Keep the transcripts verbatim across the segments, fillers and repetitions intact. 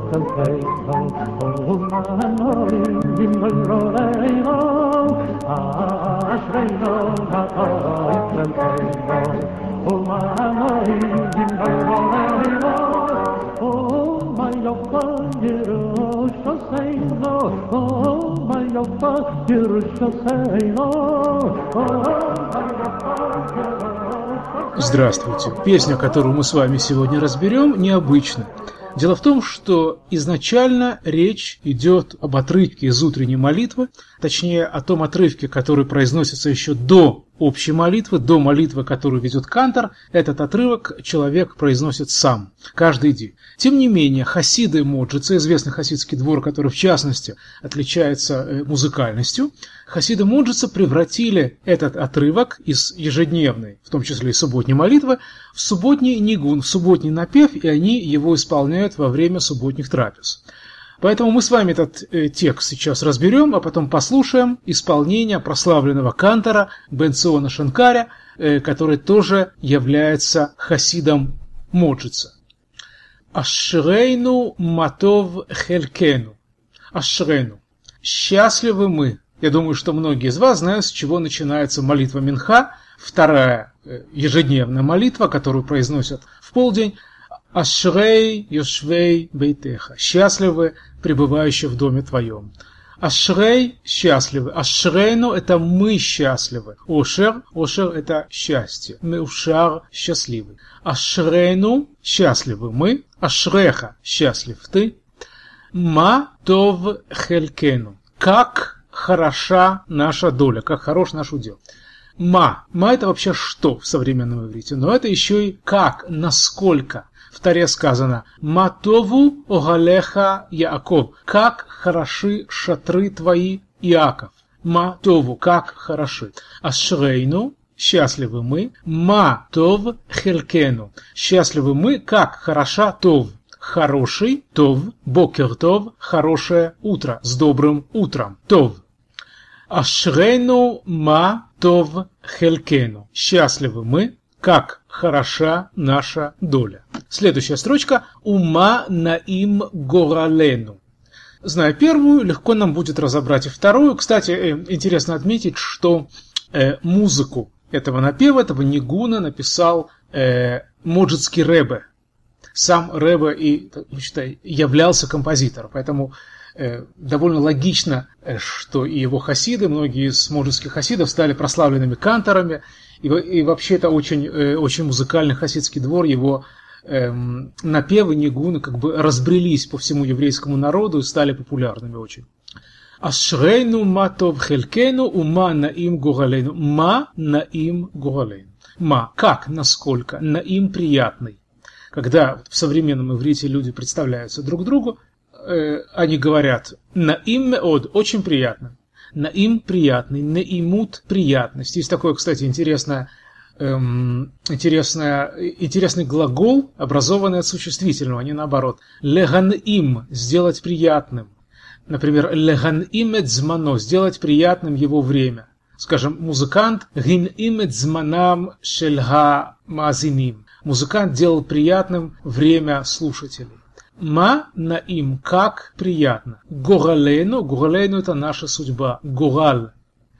Здравствуйте. Песня, которую мы с вами сегодня разберем, необычна. Дело в том, что изначально речь идет об отрывке из утренней молитвы, точнее о том отрывке, который произносится еще до общей молитвы, до молитвы, которую ведет кантор. Этот отрывок человек произносит сам, каждый день. Тем не менее, хасиды Моджицы, известный хасидский двор, который в частности отличается музыкальностью, хасиды Моджицы превратили этот отрывок из ежедневной, в том числе и субботней молитвы, в субботний нигун, в субботний напев, и они его исполняют во время субботних трапез. Поэтому мы с вами этот э, текст сейчас разберем, а потом послушаем исполнение прославленного кантора Бен Циона Шенкаря, э, который тоже является хасидом Моджицы. Ашрейну матов хелькену. Ашрейну. Счастливы мы. Я думаю, что многие из вас знают, с чего начинается молитва Минха, вторая э, ежедневная молитва, которую произносят в полдень. Ашрей йошвей бейтеха. Счастливы, пребывающие в доме твоем. Ашрей – счастливы. Ашрейну – это мы счастливы. Ошер – ошер – это счастье. Меушар – счастливый. Ашрейну – счастливы мы. Ашреха – счастлив ты. Ма тов хелькену. Как хороша наша доля, как хорош наш удел. Ма. Ма – это вообще что в современном иврите? Но это еще и как, насколько. В Торе сказано «Матову огалеха Яаков» – «Как хороши шатры твои, Иаков». «Матову» – «Как хороши». «Ашрейну» – «Счастливы мы». «Матов хелькену» – «Счастливы мы, как хороша тов». «Хороший» – «Тов». «Бокер тов» – «Хорошее утро», с добрым утром. «Тов». «Ашрейну ма тов хелькену» – «Счастливы мы, как хороша наша доля». Следующая строчка «Ума наим горалену». Зная первую, легко нам будет разобрать и вторую. Кстати, интересно отметить, что э, музыку этого напева, этого нигуна написал э, моджитский ребе. Сам ребе и, считай, являлся композитором, поэтому э, довольно логично, что и его хасиды, многие из моджитских хасидов стали прославленными канторами. И, и вообще это очень, э, очень музыкальный хасидский двор, его э, напевы, нигуны как бы разбрелись по всему еврейскому народу и стали популярными очень. Ашрейну ма тов хелькену ума наим горалену. Ма наим горалену. Ма. Как, насколько, наим приятный. Когда в современном иврите люди представляются друг другу, э, они говорят наим меод, очень приятно. Наим приятный, наимут приятность. Есть такой, кстати, интересное, эм, интересное, интересный глагол, образованный от существительного, а не наоборот. Леганаим – сделать приятным. Например, леганаим эдзмано – сделать приятным его время. Скажем, музыкант гинаим эдзманам шельга маазиним. Музыкант делал приятным время слушателей. Ма наим, как приятно. Горалейну, горалейну это наша судьба. Горал.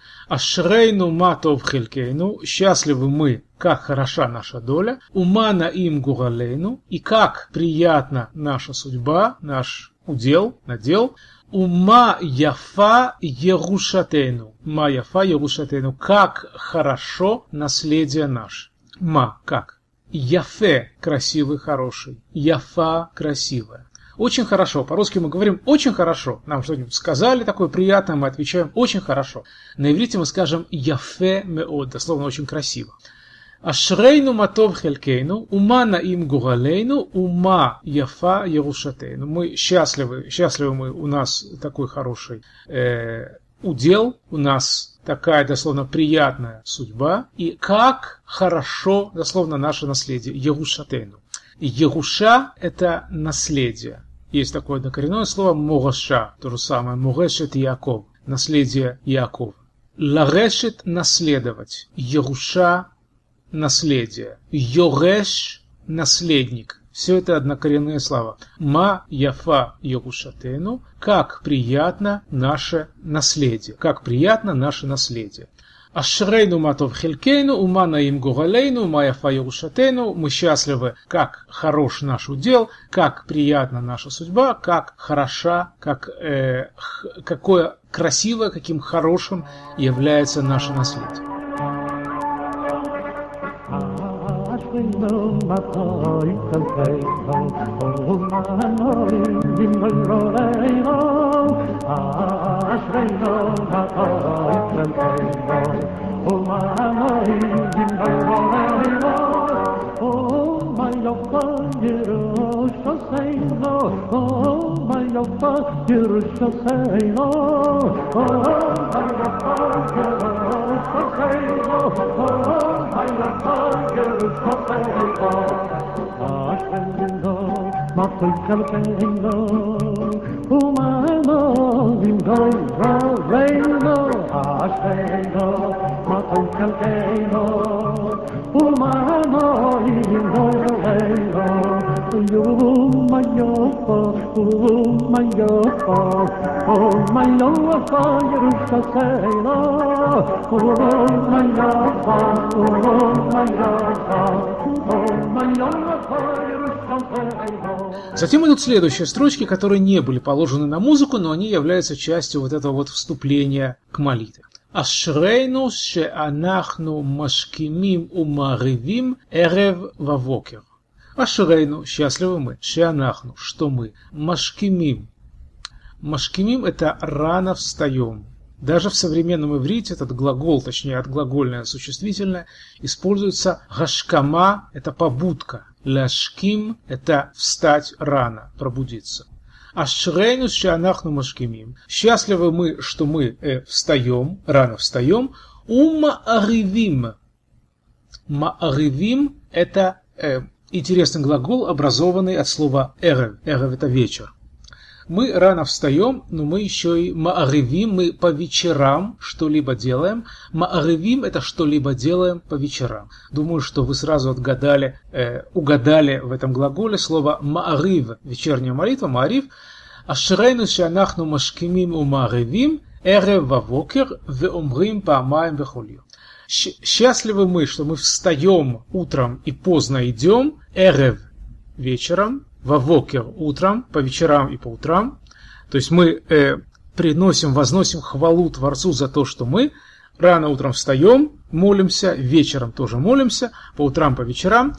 Ашрейну ма тов хелькейну, счастливы мы, как хороша наша доля. Ума наим горалейну, и как приятна наша судьба, наш удел, надел. Ума яфа ерушатейну. Ма яфа ерушатейну, как хорошо наследие наше. Ма, как. Яфе – красивый, хороший. Яфа – красивая. Очень хорошо. По-русски мы говорим «очень хорошо». Нам что-нибудь сказали такое приятное, мы отвечаем «очень хорошо». На иврите мы скажем «яфе меод», дословно «очень красиво». Ашрейну матов хелькейну, ума наим гуралейну, ума яфа ерушатейну. Мы счастливы, счастливы мы, у нас такой хороший э, удел, у нас такая, дословно, приятная судьба, и как хорошо, дословно, наше наследие, Ерушатейну. Еруша – это наследие. Есть такое однокоренное слово Мораша, то же самое, Морешет Яков, наследие Якова. Ларешет – наследовать, Еруша – наследие, Йореш – наследник, Все это однокоренные слова. Ма яфа Ерушатейну, как приятно наше наследие. Как приятно наше наследие. Ашрейну матов хелькейну, ума наим гуралейну, ума яфа Ерушатейну. Мы счастливы, как хорош наш удел, как приятна наша судьба, как хороша, как, э, х, какое красивое, каким хорошим является наше наследие. Затем идут следующие строчки, которые не были положены на музыку, но они являются частью вот этого вот вступления к молитве. Ашрейну шеанахну машкимим умаривим эрев вавокер. Ашрейну, счастливы мы, шеанахну, что мы, машкимим. Машкимим — это рано встаем. Даже в современном иврите этот глагол, точнее отглагольное существительное, используется гашкама, это побудка. Ляшким — это встать рано, пробудиться. Ашрейну шеанахну машкимим. Счастливы мы, что мы э, встаем, рано встаем. Умааривим. Мааривим — это э, интересный глагол, образованный от слова эрев. Эрев — это вечер. Мы рано встаем, но мы еще и мааривим, мы по вечерам что-либо делаем. Мааривим — это что-либо делаем по вечерам. Думаю, что вы сразу отгадали, э, угадали в этом глаголе слово маарив, вечерняя молитва, маарив. Ашрейну шеанахну машкимим умааривим эрев вавокер веомрим паамаим бехол йом. Счастливы мы, что мы встаем утром и поздно идем, эрев вечером, вавокер утром, по вечерам и по утрам. То есть мы э, приносим, возносим хвалу Творцу за то, что мы рано утром встаем, молимся, вечером тоже молимся, по утрам, по вечерам.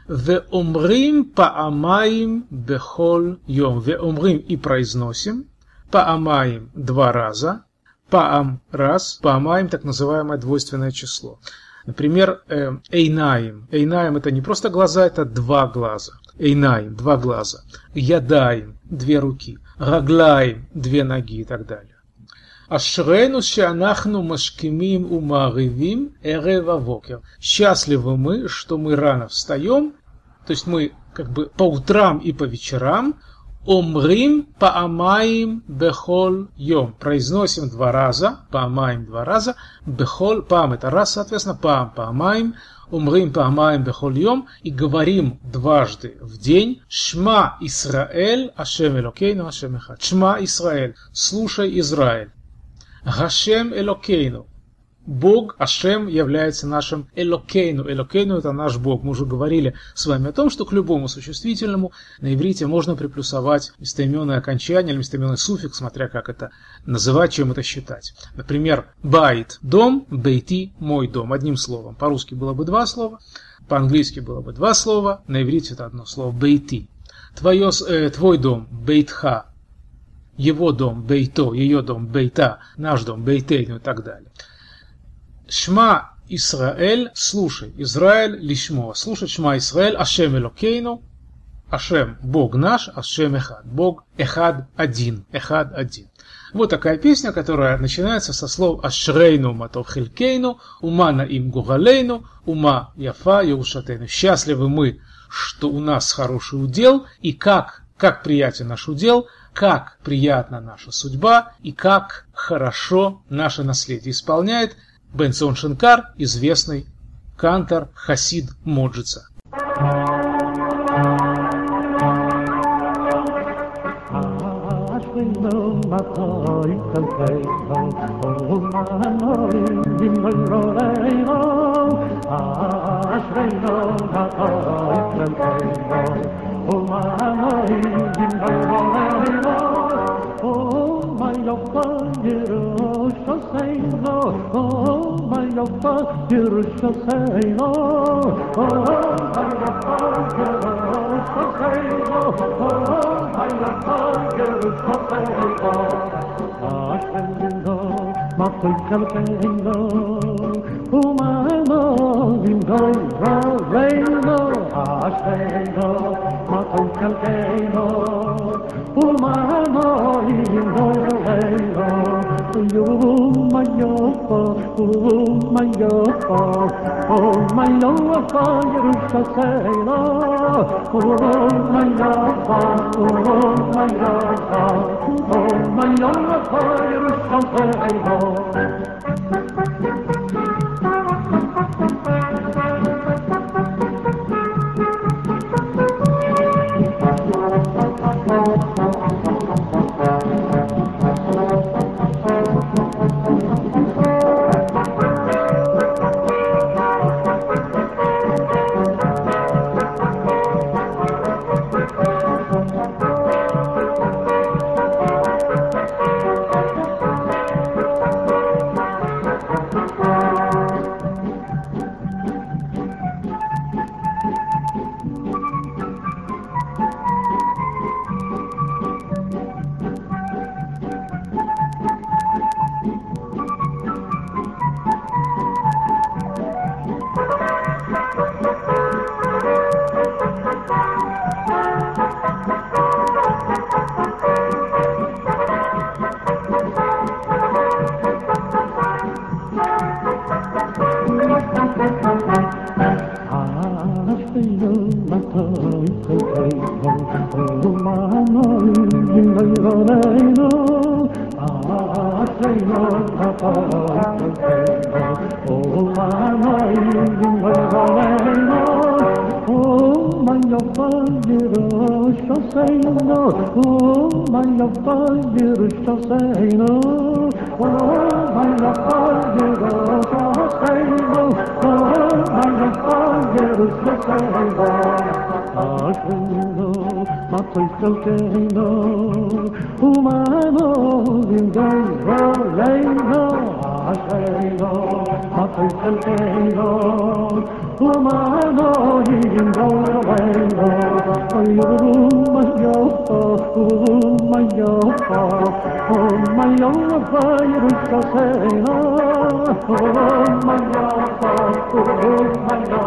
Веомрим паамаим бехол йом. Веомрим и произносим. Паамаим два раза. Паам раз. Паамаим так называемое двойственное число. Например, э, эйнаим. Эйнаим — это не просто глаза, это два глаза. Эйнаим — два глаза. Ядаим — две руки. Раглаим — две ноги и так далее. Ашрейну шеанахну машкимим умааривим эрев вавокер. Счастливы мы, что мы рано встаем, то есть мы как бы по утрам и по вечерам. Омрим паамаим бехол йом. Произносим два раза. Паамаим два раза. Бехол, паам — это раз, соответственно. Паам, паамаим. Умрим паамаим бехол йом. И говорим дважды в день. Шма Исраэль, Ашем Элокейну, Ашем Эхад. Шма Исраэль. Слушай, Израиль. Гашем Элокейну. Бог, Ашем, является нашим Элокейну. Элокейну — это наш Бог. Мы уже говорили с вами о том, что к любому существительному на иврите можно приплюсовать местоименное окончание или местоименный суффикс, смотря как это называть, чем это считать. Например, байт — дом, бейти — мой дом. Одним словом. По-русски было бы два слова, по-английски было бы два слова, на иврите это одно слово — бейти. Твое, э, твой дом — бейтха. Его дом — бейто, ее дом — бейта, наш дом — бейтейну и так далее. Шма Исраэль, слушай, Израиль, лишмо, слушать Шма Исраэль, Ашем Элокейну, Ашем, Бог наш, Ашем Эхад, Бог Эхад один, Эхад один. Вот такая песня, которая начинается со слов Ашрейну матов хелькейну, ума наим гуралейну, ума яфа Ерушатейну. Счастливы мы, что у нас хороший удел, и как, как приятен наш удел, как приятна наша судьба, и как хорошо наше наследие. Исполняет Бен-Цион Шинкар, известный кантор, хасид Моджица. 마타이 칸테이노 오마노이 빈노이로레이노 아시레이노 마타이 칸테이노 오마노이 빈노이로레이노 오마요파 예루살렘 오마요파 예루살렘 Oh, my God,